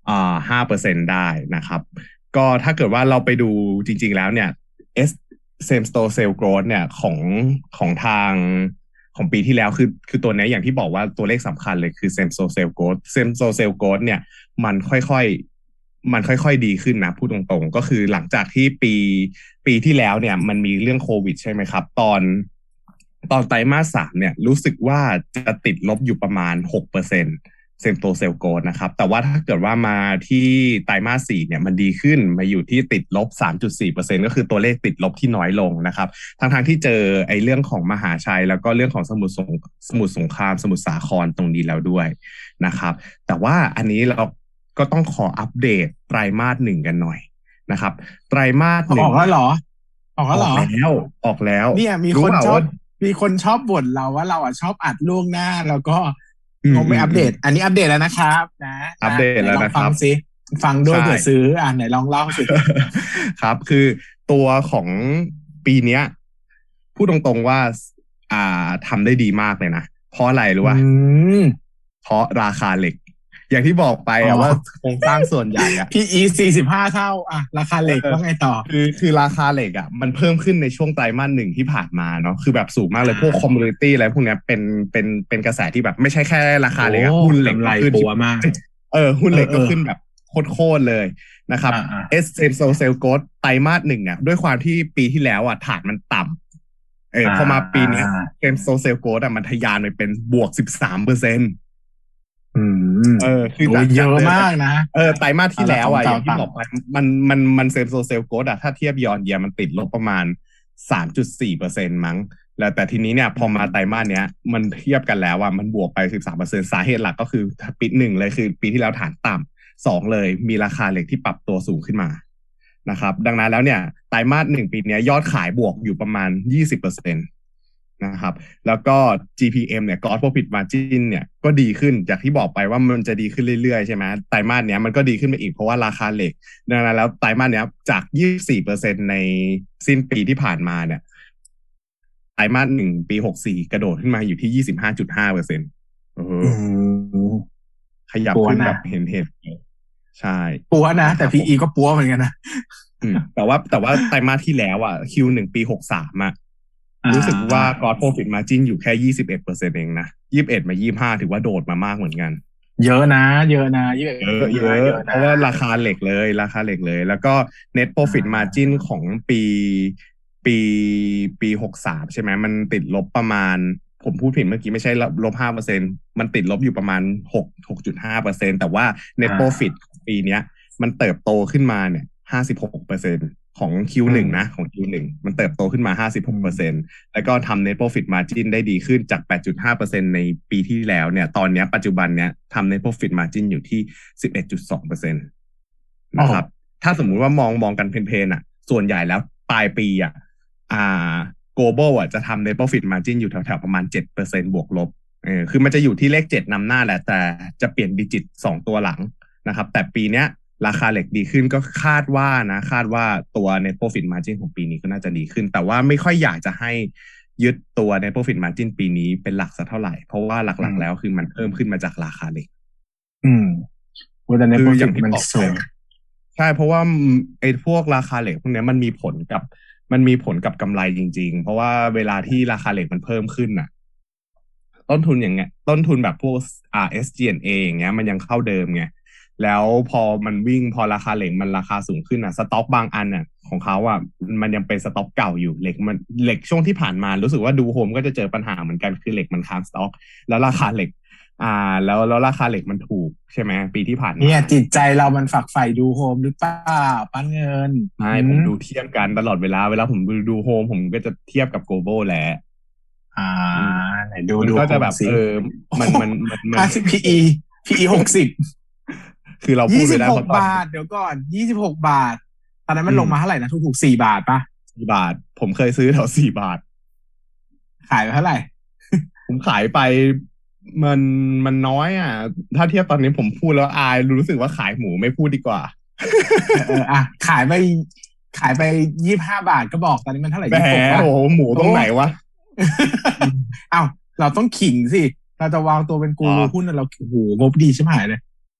อ่า ห้าเปอร์เซ็นต์ ได้นะครับก็ถ้าเกิดว่าเราไปดูจริงๆแล้วเนี่ย S same store sale growth เนี่ยของของทางของปีที่แล้วคือคือตัวนี้อย่างที่บอกว่าตัวเลขสำคัญเลยคือ same store sale growth same store sale growth เนี่ยมันค่อยๆมันค่อยๆดีขึ้นนะพูดตรงๆก็คือหลังจากที่ปีปีที่แล้วเนี่ยมันมีเรื่องโควิดใช่ไหมครับตอนตอนไตรมาสสามเนี่ยรู้สึกว่าจะติดลบอยู่ประมาณ หกเปอร์เซ็นต์เซมโตเซลโกดนะครับแต่ว่าถ้าเกิดว่ามาที่ไตรมาสสี่เนี่ยมันดีขึ้นมาอยู่ที่ติดลบ สามจุดสี่เปอร์เซ็นต์ ก็คือตัวเลขติดลบที่น้อยลงนะครับทั้งๆที่เจอไอ้เรื่องของมหาชัยแล้วก็เรื่องของสมุทรสงสมุทรสงครามสมุทรสาครตรงนี้แล้วด้วยนะครับแต่ว่าอันนี้เราก็ต้องขออัปเดตไตรมาสหนึ่งกันหน่อยนะครับไตรมาสหนึ่งออกแล้วเหรอออกแล้วเหรอออกแล้วออกแล้วเนี่ยมีคนชอบมีคนชอบบ่นเราว่าเราอ่ะชอบอัดล่วงหน้าแล้วก็คงไม่อัปเดตอันนี้อัปเดตแล้วนะครับนะอัปเดตแล้วนะครับฟังสิฟังด้วยเผื่อซื้ออ่ะไหนลองเล่าสิครับคือตัวของปีเนี้ยพูดตรงๆว่าอ่าทำได้ดีมากเลยนะเพราะอะไรรู้ป่ะเพราะราคาเหล็กอย่างที่บอกไปอะว่าโครงสร้างส่วนใหญ่อะพี อี สี่สิบห้าเท่าอะราคาเหล็กว่าไงต่อคือคือราคาเหล็กอะมันเพิ่มขึ้นในช่วงไตรมาสหนึ่งที่ผ่านมาเนาะคือแบบสูงมากเลยพวกคอมมูนิตี้อะไรพวกเนี้ยเป็นเป็นเป็นกระแสที่แบบไม่ใช่แค่ราคาเหล็กอะหุ้นเหล็กขึ้นปัวมากเออหุ้นเหล็กก็ขึ้นแบบโคตรเลยนะครับเอสเซนโซเซลโกดไตรมาสหนึ่งเนี่ยด้วยความที่ปีที่แล้วอะฐานมันต่ำเออพอมาปีนี้เซนโซเซลโกดอะมันทะยานไปเป็นบวกสิบสามเปอร์เซ็นต์เออคือเยอะมากนะเออไตรมาสที่แล้วอ่ะอย่างที่บอกไปมันมันมันเซมโซเซลโกดอ่ะถ้าเทียบยอนเยียมันติดลบประมาณ สามจุดสี่เปอร์เซ็นต์ มั้งแล้วแต่ทีนี้เนี่ยพอมาไตรมาสเนี้ยมันเทียบกันแล้วอ่ะมันบวกไป สิบสามเปอร์เซ็นต์ สาเหตุหลักก็คือปีหนึ่งเลยคือปีที่แล้วฐานต่ำสองเลยมีราคาเหล็กที่ปรับตัวสูงขึ้นมานะครับดังนั้นแล้วเนี่ยไตรมาสหนึ่งปีนี้ยอดขายบวกอยู่ประมาณ ยี่สิบเปอร์เซ็นต์นะครับแล้วก็ จี พี เอ็ม เนี่ย Gross Profit Margin เนี่ยก็ดีขึ้นจากที่บอกไปว่ามันจะดีขึ้นเรื่อยๆใช่ไหมไตรมาสเนี้ยมันก็ดีขึ้นไปอีกเพราะว่าราคาเหล็กดังนั้นแล้วไตรมาสเนี้ยจาก ยี่สิบสี่เปอร์เซ็นต์ ในสิ้นปีที่ผ่านมาเนี่ยไตรมาสหนึ่งปีหกสิบสี่กระโดดขึ้นมาอยู่ที่ ยี่สิบห้าจุดห้าเปอร์เซ็นต์ เออขยับขึ้นแบบเห็นเห็นใช่ปัวนะแต่ พี อี ก็ปัวเหมือนกันนะแต่ว่าแต่ว่าไตรมาสที่แล้วอ่ะ คิว หนึ่ง ปีหกสิบสามอ่ะรู้สึกว่า Gross Profit Margin อยู่แค่ ยี่สิบเอ็ดเปอร์เซ็นต์ เองนะยี่สิบเอ็ดมายี่สิบห้าถือว่าโดดมามากเหมือนกันเยอะนะเยอะนะเยอะเยอะเยอะเพราะว่าราคาเหล็กเลยราคาเหล็กเลยแล้วก็ Net Profit Margin ของปีปีปีหกสิบสามใช่ไหมมันติดลบประมาณผมพูดผิดเมื่อกี้ไม่ใช่ลบ ห้าเปอร์เซ็นต์ มันติดลบอยู่ประมาณหก หกจุดห้าเปอร์เซ็นต์ แต่ว่า Net Profit ปีเนี้ยมันเติบโตขึ้นมาเนี่ย ห้าสิบหกเปอร์เซ็นต์ ของ คิว หนึ่ง นะของ คิว หนึ่ง มันเติบโตขึ้นมา ห้าสิบหกเปอร์เซ็นต์ แล้วก็ทำ Net Profit Margin ได้ดีขึ้นจาก แปดจุดห้าเปอร์เซ็นต์ ในปีที่แล้วเนี่ยตอนนี้ปัจจุบันเนี่ยทำ Net Profit Margin อยู่ที่ สิบเอ็ดจุดสองเปอร์เซ็นต์ นะครับถ้าสมมุติว่ามองมองกันเพลนๆอ่ะส่วนใหญ่แล้วปลายปีอ่ะอ่า Global อ่ะจะทำ Net Profit Margin อยู่แถวๆประมาณ เจ็ดเปอร์เซ็นต์ บวกลบเออคือมันจะอยู่ที่เลขเจ็ดนำหน้าแหละแต่จะเปลี่ยนดิจิตสองตัวหลังนะครับแต่ปีเนี้ยราคาเหล็กดีขึ้นก็คาดว่านะคาดว่าตัว Net Profit Margin ของปีนี้ก็น่าจะดีขึ้นแต่ว่าไม่ค่อยอยากจะให้ยึดตัว Net Profit Margin ปีนี้เป็นหลักสักเท่าไหร่เพราะว่าหลักๆแล้วคือมันเพิ่มขึ้นมาจากราคาเหล็กอืมว่าแต่ Net Profit มันสูงใช่เพราะว่าไอ้พวกราคาเหล็กพวกนี้มันมีผลกับมันมีผลกับกำไรจริงๆเพราะว่าเวลาที่ราคาเหล็กมันเพิ่มขึ้นน่ะต้นทุนอย่างเงี้ยต้นทุนแบบพวก อาร์ เอส จี เอ็น เอ อย่างเงี้ยมันยังเข้าเดิมไงแล้วพอมันวิ่งพอราคาเหล็กมันราคาสูงขึ้นอ่ะสต็อกบางอันอ่ะของเขาอ่ะมันยังเป็นสต็อกเก่าอยู่เหล็กมันเหล็กช่วงที่ผ่านมารู้สึกว่าดูโฮมก็จะเจอปัญหาเหมือนกันคือเหล็กมันค้างสต็อกแล้วราคาเหล็กอ่าแล้วแล้วราคาเหล็กมันถูกใช่ไหมปีที่ผ่านมาเนี่ยจิตใจเรามันฝักใฝ่ดูโฮมหรือเปล่าปั้นเงินใช่ผมดูเทียบกันตลอดเวลาเวลาผมดูดูโฮมผมก็จะเทียบกับ global แหละอ่าไหนดูดูก็จะแบบเออมันมันมันห้าสิบ พี อี พี อี หกสิบคือเราพูดไปได้ยี่สิบหกบาทเดี๋ยวก่อนยี่สิบหกบาทตอนนั้นมันลงมาเท่าไหร่นะถูกๆสี่บาทป่ะสี่บาทผมเคยซื้อแถวสี่บาทขายไปเท่าไหร่ผมขายไปมันมันน้อยอ่ะถ้าเทียบตอนนี้ผมพูดแล้วอายรู้สึกว่าขายหมูไม่พูดดีกว่าเอออ่ะขายไปขายไปยี่สิบห้าบาทก็บอกตอนนี้มันเท่าไหร่ยี่สิบหกบาทโอ้โหหมูตรงไหนวะอ้าวเราต้องขิงสิเราจะวางตัวเป็นกูรูหุ้นเราโอ้โหงบดีใช่ไหมเลย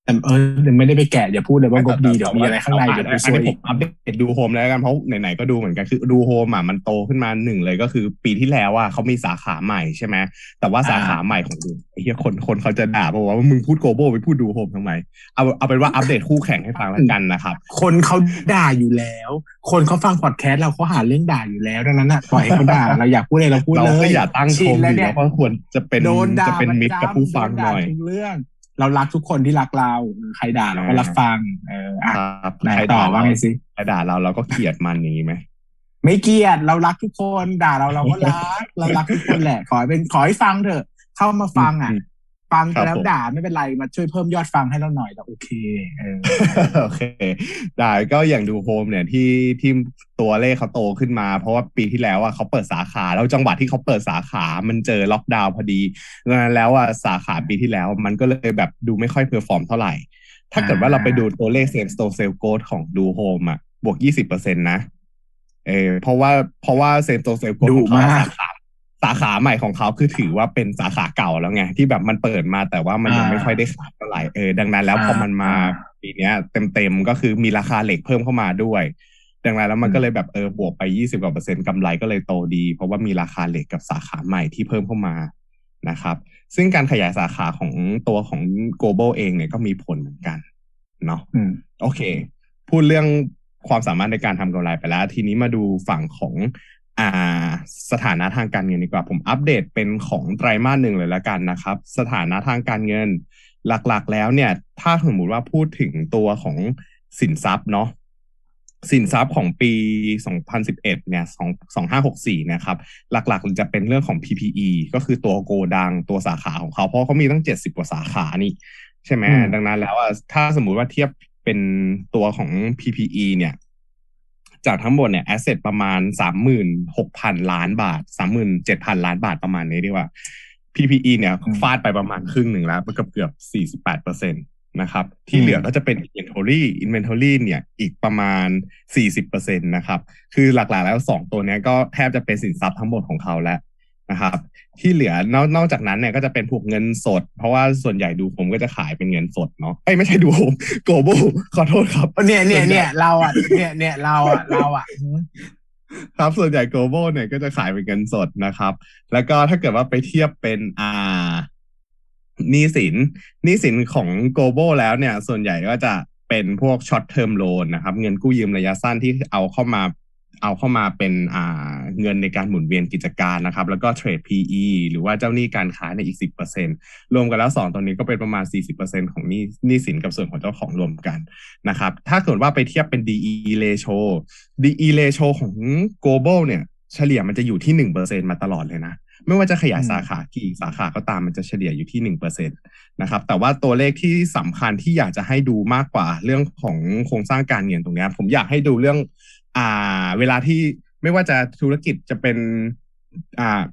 แต่เออเดี๋ยวไม่ได้ไปแกะอย่าพูดเลยว่างบดีเดี๋ยวมีอะไรข้างในเดี๋ยวกูซอันวยนี้ผมอัปเดตดูโฮมแล้วกันเพราะไหนๆก็ดูเหมือนกันคือดูโฮมอ่ะมันโตขึ้นมาหนึ่งเลยก็คือปีที่แล้วอ่ะเขามีสาขาใหม่ใช่ไหมแต่ว่าสาขาใหม่ของดูไอ้เหี้ยคนคนเขาจะด่าเพราะว่ามึงพูดโกลบอลไปพูดดูโฮมทำไมเอาเอาเป็นว่าอัปเดตคู่แข่งให้ฟังแล้วกันนะครับคนเขาด่าอยู่แล้ว คนเขาฟังพอดแคสต์เราเขาหาเรื่องด่าอยู่แล้วดังนั้นน่ะปล่อยให้เขาด่าเราอยากพูดอะไรเราพูดเลยเราก็อย่าตั้งชชิมนแล้วดีเนี่แล้ยวเพราะควรจะเป็นโดนด่าจะเป็นมิตรกับผู้ฟังโดหน่อยด่าทุกเรื่องเรารักทุกคนที่รักเราใครด่าเราก็รับฟังเอออ่ะครับไหนใครต่อด่าว่าเราไงสิใครด่าเราเราก็เกลียดมันอย่างนี้ไหมไม่เกลียดเรารักทุกคนด่าเราเราก็รักเรารักทุกคนแหละขอให้เป็นขอให้ฟังเถอะเข้ามาฟังอ่ะอืมฟังครับแล้วผมด่าไม่เป็นไรมาช่วยเพิ่มยอดฟังให้เราหน่อยแต่โอเคเออโอเคได้ก็อย่างดูโฮมเนี่ยที่ที่ตัวเลขเขาโตขึ้นมา เพราะว่าปีที่แล้วอ่ะเขาเปิดสาขาแล้วจังหวะที่เขาเปิดสาขามันเจอล็อกดาวน์พอดีดังนั้นแล้วอ่ะสาขาปีที่แล้วมันก็เลยแบบดูไม่ค่อยเพอร์ฟอร์มเท่าไหร่ ถ้าเกิดว่าเราไปดูตัวเลข Same Store Sales Growth ของดูโฮมอ่ะบวก ยี่สิบเปอร์เซ็นต์ นะเออเพราะว่าเพราะว่า Same Store Sales Growth ของเขาดุมากสาขาสาขาใหม่ของเขาคือถือว่าเป็นสาขาเก่าแล้วไงที่แบบมันเปิดมาแต่ว่ามันยังไม่ค่อยได้ขายเท่าไหร่เออดังนั้นแล้วพอมันมาปีเนี้ยเต็มๆก็คือมีราคาเหล็กเพิ่มเข้ามาด้วยดังนั้นแล้วมันก็เลยแบบเออบวกไปยี่สิบกว่าเปอร์เซ็นต์กำไรก็เลยโตดีเพราะว่ามีราคาเหล็กกับสาขาใหม่ที่เพิ่มเข้ามานะครับซึ่งการขยายสาขาของตัวของ Global เองเนี่ยก็มีผลเหมือนกันเนาะอืมโอเค พูดเรื่องความสามารถในการทำกำไรไปแล้ว ทีนี้มาดูฝั่งของอ่าสถานะทางการเงินดีกว่า ผมอัปเดตเป็นของไตรมาสหนึ่งเลยละกันนะครับ สถานะทางการเงินหลักๆแล้วเนี่ย ถ้าสมมติว่าพูดถึงตัวของสินทรัพย์เนาะสินทรัพย์ของปี สองพันสิบเอ็ด เนี่ย สองพันห้าร้อยหกสิบสี่ นะครับ หลักๆจะเป็นเรื่องของ พี พี อี ก็คือตัวโกดังตัวสาขาของเขา เพราะเขามีตั้งเจ็ดสิบกว่าสาขานี่ใช่ไหมอืมดังนั้นแล้วอ่ะถ้าสมมุติว่าเทียบเป็นตัวของ พี พี อี เนี่ย จากทั้งหมดเนี่ย asset ประมาณ สามหมื่นหกพัน ล้านบาท สามหมื่นเจ็ดพัน ล้านบาทประมาณนี้ดีกว่า พี พี อี เนี่ยฟาดไปประมาณครึ่งหนึ่งแล้วเกือบเกือบ สี่สิบแปดเปอร์เซ็นต์ นะครับ ที่เหลือก็จะเป็น inventory inventory เนี่ยอีกประมาณ สี่สิบเปอร์เซ็นต์ นะครับ คือหลักๆแล้วสองตัวเนี้ยก็แทบจะเป็นสินทรัพย์ทั้งหมดของเขาแล้วนะครับที่เหลือนอกนอกจากนั้นเนี่ยก็จะเป็นพวกเงินสดเพราะว่าส่วนใหญ่ดูผมก็จะขายเป็นเงินสดเนาะเอ้ยไม่ใช่ดูผมโกลบอลขอโทษครับเนี่ยเนี่ยเนี่ยเราอ่ะเนี่ยเนี่ยเราอ่ะเราอ่ะครับส่วนใหญ่ global เนี่ยก็จะขายเป็นเงินสดนะครับแล้วก็ถ้าเกิดว่าไปเทียบเป็นอ่าหนี้สินหนี้สินของ global แล้วเนี่ยส่วนใหญ่ก็จะเป็นพวก short term loan นะครับเงินกู้ยืมระยะสั้นที่เอาเข้ามาเอาเข้ามาเป็นอ่าเงินในการหมุนเวียนกิจการนะครับแล้วก็เทรด พี อี หรือว่าเจ้าหนี้การค้าในอีก สิบเปอร์เซ็นต์ รวมกันแล้วสองตัวนี้ก็เป็นประมาณ สี่สิบเปอร์เซ็นต์ ของหนี้หนี้สินกับส่วนของเจ้าของรวมกันนะครับถ้าเกิดว่าไปเทียบเป็น ดี อี ratio ดี อี ratio ของ global เนี่ยเฉลี่ยมันจะอยู่ที่ หนึ่งเปอร์เซ็นต์ มาตลอดเลยนะไม่ว่าจะขยายสาขากี่สาขาก็ตามมันจะเฉลี่ยอยู่ที่ หนึ่งเปอร์เซ็นต์ นะครับแต่ว่าตัวเลขที่สำคัญที่อยากจะให้ดูมากกว่าเรื่องของโครงสร้างการเงินตรงนี้ผมอยากให้ดูเรื่องอ่าเวลาที่ไม่ว่าจะธุรกิจจะเป็นอ่า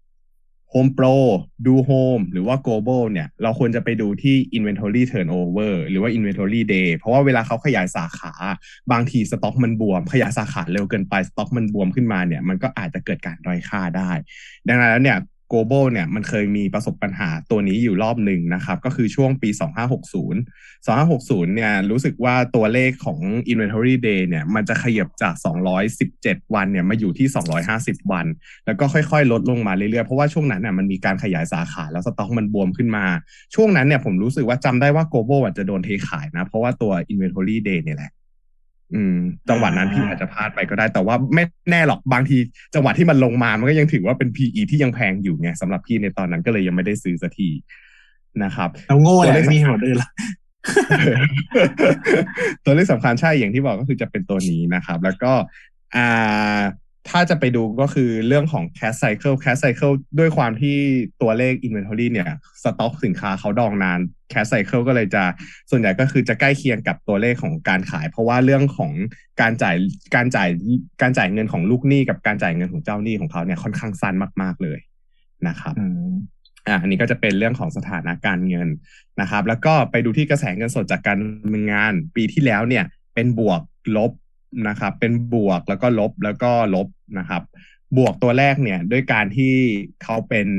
Home Pro ดู Home หรือว่า Global เนี่ยเราควรจะไปดูที่ Inventory Turnover หรือว่า Inventory Day เพราะว่าเวลาเขาขยายสาขาบางทีสต็อกมันบวมขยายสาขาเร็วเกินไปสต็อกมันบวมขึ้นมาเนี่ยมันก็อาจจะเกิดการด้อยค่าได้ดังนั้นแล้วเนี่ย Global เนี่ยมันเคยมีประสบปัญหาตัวนี้อยู่รอบหนึ่งนะครับก็คือช่วงปี สองพันห้าร้อยหกสิบ สองพันห้าร้อยหกสิบเนี่ยรู้สึกว่าตัวเลขของ Inventory Day เนี่ยมันจะขยับจากสองร้อยสิบเจ็ดวันเนี่ยมาอยู่ที่สองร้อยห้าสิบวันแล้วก็ค่อยๆลดลงมาเรื่อยๆเพราะว่าช่วงนั้นน่ะมันมีการขยายสาขาแล้วสต็อกมันบวมขึ้นมาช่วงนั้นเนี่ยผมรู้สึกว่าจำได้ว่า Global อาจจะโดนเทขายนะเพราะว่าตัว Inventory Day เนี่ยแหละอืมจังหวะนั้นพี่อาจจะพลาดไปก็ได้แต่ว่าไม่แน่หรอกบางทีจังหวะที่มันลงมามันก็ยังถือว่าเป็น พี อี ที่ยังแพงอยู่ไงสำหรับพี่ในตอนนั้นก็เลยยังไม่ได้ซื้อสักทีนะครับเราโง่แหละไม่มีเหตุอื่นละตัวเลขสำคัญใช่อย่างที่บอกก็คือจะเป็นตัวนี้นะครับแล้วก็อ่าถ้าจะไปดูก็คือเรื่องของ cash cycle cash cycle ด้วยความที่ตัวเลข inventory เนี่ยสต็อกสินค้าเขาดองนาน cash cycle ก็เลยจะส่วนใหญ่ก็คือจะใกล้เคียงกับตัวเลขของการขายเพราะว่าเรื่องของการจ่ายการจ่ายการจ่ายเงินของลูกหนี้กับการจ่ายเงินของเจ้าหนี้ของเขาเนี่ยค่อนข้างสั้นมากๆเลยนะครับอ่าอันนี้ก็จะเป็นเรื่องของสถานะการเงินนะครับแล้วก็ไปดูที่กระแสเงินสดจากการดำเนินงานปีที่แล้วเนี่ยเป็นบวกลบนะครับเป็นบวกแล้วก็ลบแล้วก็ลบนะครับบวกตัวแรกเนี่ยด้วยการที่เขาเป็น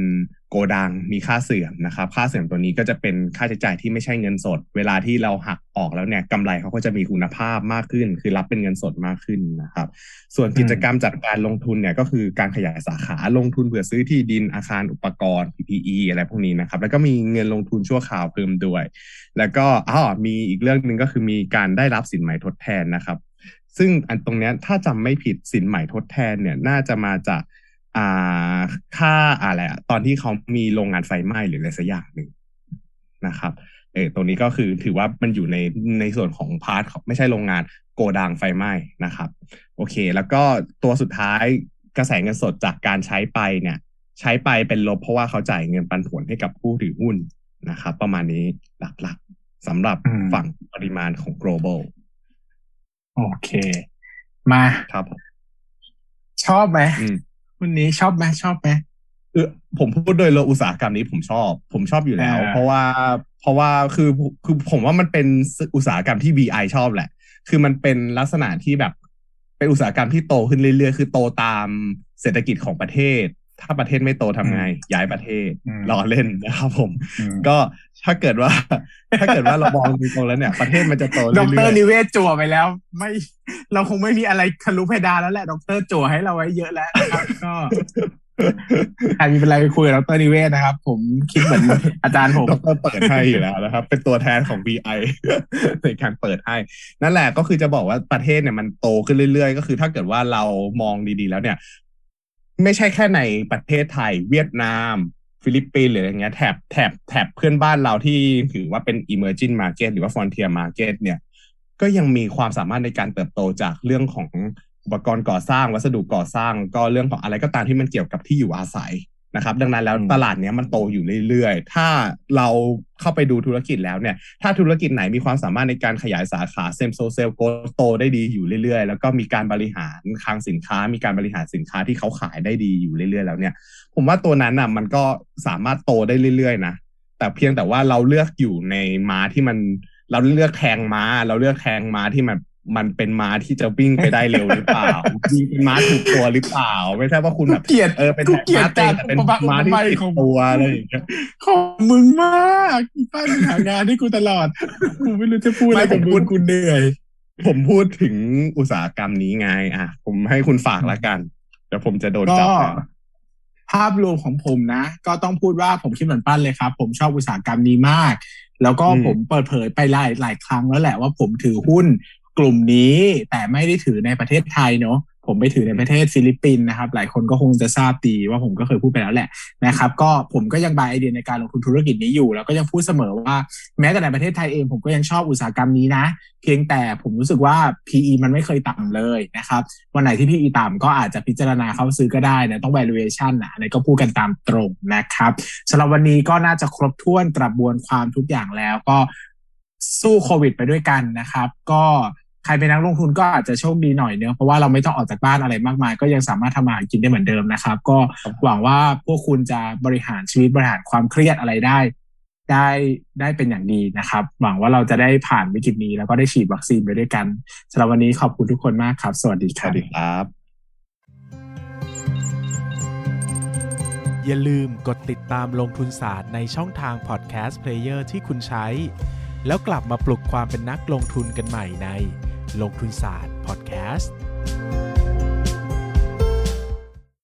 โกดังมีค่าเสื่อมนะครับค่าเสื่อมตัวนี้ก็จะเป็นค่าใช้จ่ายที่ไม่ใช่เงินสดเวลาที่เราหักออกแล้วเนี่ยกำไรเขาก็จะมีคุณภาพมากขึ้นคือรับเป็นเงินสดมากขึ้นนะครับส่วนกิจกรรมจัดการลงทุนเนี่ยก็คือการขยายสาขาลงทุนเพื่อซื้อที่ดินอาคารอุปกรณ์ พี พี อี อะไรพวกนี้นะครับแล้วก็มีเงินลงทุนชั่วคราวเพิ่มด้วยแล้วก็อ๋อมีอีกเรื่องนึงก็คือมีการได้รับสินไหมทดแทนนะครับซึ่งอันตรงนี้ถ้าจำไม่ผิดสินไหมทดแทนเนี่ยน่าจะมาจากอ่าค่าอะไรอะตอนที่เขามีโรงงานไฟไหม้หรืออะไรสักอย่างหนึ่งนะครับเออตรงนี้ก็คือถือว่ามันอยู่ในในส่วนของพาร์ทของไม่ใช่โรงงานโกดังไฟไหม้นะครับโอเคแล้วก็ตัวสุดท้ายกระแสเงินสดจากการใช้ไปเนี่ยใช้ไปเป็นลบเพราะว่าเขาจ่ายเงินปันผลให้กับผู้ถือหุ้นนะครับประมาณนี้หลักๆสำหรับฝั่งปริมาณของ global โอเคมาครับชอบไหมวันนี้ชอบไหมชอบไหมเออผมพูดโดยรวมอุตสาหกรรมนี้ผมชอบผมชอบอยู่แล้วเพราะว่าเพราะว่าคือคือผมว่ามันเป็นอุตสาหกรรมที่ บี ไอ ชอบแหละคือมันเป็นลักษณะที่แบบเป็นอุตสาหกรรมที่โตขึ้นเรื่อยๆคือโตตามเศรษฐกิจของประเทศถ้าประเทศไม่โตทำไงย้ายประเทศรอเล่นนะครับผมก็ถ้าเกิดว่าถ้าเกิดว่าเรามองตรงแล้วเนี่ยประเทศมันจะโตเรื่อยๆดร.นิเวศจั่วไปแล้วไม่เราคงไม่มีอะไรทะลุเพดานแล้วแหละดร.จั่วให้เราไว้เยอะแล้วนะครับก็ใครมีเป็นไรไปคุยกับดร.นิเวศนะครับผมคิดเหมือนอาจารย์ผมดร.เปิดให้อยู่แล้วนะครับเป็นตัวแทนของ บี ไอ ในการเปิดให้นั่นแหละก็คือจะบอกว่าประเทศเนี่ยมันโตขึ้นเรื่อยๆก็คือถ้าเกิดว่าเรามองดีๆแล้วเนี่ยไม่ใช่แค่ในประเทศไทยเวียดนามฟิลิปปินส์หรืออย่างเงี้ยแถบแถบแถบเพื่อนบ้านเราที่ถือว่าเป็น emerging market หรือว่า frontier market เนี่ยก็ยังมีความสามารถในการเติบโตจากเรื่องของอุปกรณ์ก่อสร้างวัสดุก่อสร้างก็เรื่องของอะไรก็ตามที่มันเกี่ยวกับที่อยู่อาศัยนะครับดังนั้นแล้วตลาดเนี้ยมันโตอยู่เรื่อยๆถ้าเราเข้าไปดูธุรกิจแล้วเนี่ยถ้าธุรกิจไหนมีความสามารถในการขยายสาขาเซมโซเซลโกโตได้ดีอยู่เรื่อยๆแล้วก็มีการบริหารคลังสินค้ามีการบริหารสินค้าที่เขาขายได้ดีอยู่เรื่อยๆแล้วเนี่ยผมว่าตัวนั้นน่ะมันก็สามารถโตได้เรื่อยๆนะแต่เพียงแต่ว่าเราเลือกอยู่ในม้าที่มันเราเลือกแทงม้าเราเลือกแทงม้าที่มันมันเป็นม้าที่จะวิ่งไปได้เร็วหรือเปล่าเป็นม้าถูกตัวหรือเปล่าไม่ใช่ว่าคุณแบบเออเป็นม้าเต้นแต่เป็นม้าที่ติดตัวอะไรอย่างเงี้ยของมึงมากป้ามึงหางานให้กูตลอดกูไม่รู้จะพูดอะไรกับมึงกูเหนื่อยผมพูดถึงอุตสาหกรรมนี้ไงอ่ะผมให้คุณฝากละกันเดี๋ยวผมจะโดนจับภาพรวมของผมนะก็ต้องพูดว่าผมคิดเหมือนปั้นเลยครับผมชอบอุตสาหกรรมนี้มากแล้วก็ผมเปิดเผยไปหลายหลายครั้งแล้วแหละว่าผมถือหุ้นกลุ่มนี้แต่ไม่ได้ถือในประเทศไทยเนาะผมไปถือในประเทศฟิลิปปินส์นะครับหลายคนก็คงจะทราบดีว่าผมก็เคยพูดไปแล้วแหละนะครับก็ผมก็ยังบายไอเดียในการลงทุนธุรกิจนี้อยู่แล้วก็ยังพูดเสมอว่าแม้แต่ในประเทศไทยเองผมก็ยังชอบอุตสาหกรรมนี้นะเพียงแต่ผมรู้สึกว่า พี อี มันไม่เคยต่ำเลยนะครับวันไหนที่ พี อี ต่ำก็อาจจะพิจารณาเข้าซื้อก็ได้นะต้อง valuation นะอันนี้ก็พูดกันตามตรงนะครับสำหรับวันนี้ก็น่าจะครบถ้วนกระบวนความทุกอย่างแล้วก็สู้โควิดไปด้วยกันนะครับก็ใครเป็นนักลงทุนก็อาจจะโชคดีหน่อยเนอะเพราะว่าเราไม่ต้องออกจากบ้านอะไรมากมายก็ยังสามารถทำมาหากินได้เหมือนเดิมนะครับก็หวังว่าพวกคุณจะบริหารชีวิตบริหารความเครียดอะไรได้ได้ได้เป็นอย่างดีนะครับหวังว่าเราจะได้ผ่านวิกฤตนี้แล้วก็ได้ฉีดวัคซีนไปด้วยกันสำหรับวันนี้ขอบคุณทุกคนมากครับสวัสดีครับอย่าลืมกดติดตามลงทุนศาสตร์ในช่องทางพอดแคสต์เพลเยอร์ที่คุณใช้แล้วกลับมาปลุกความเป็นนักลงทุนกันใหม่ในลงทุนศาสตร์พอดแคสต์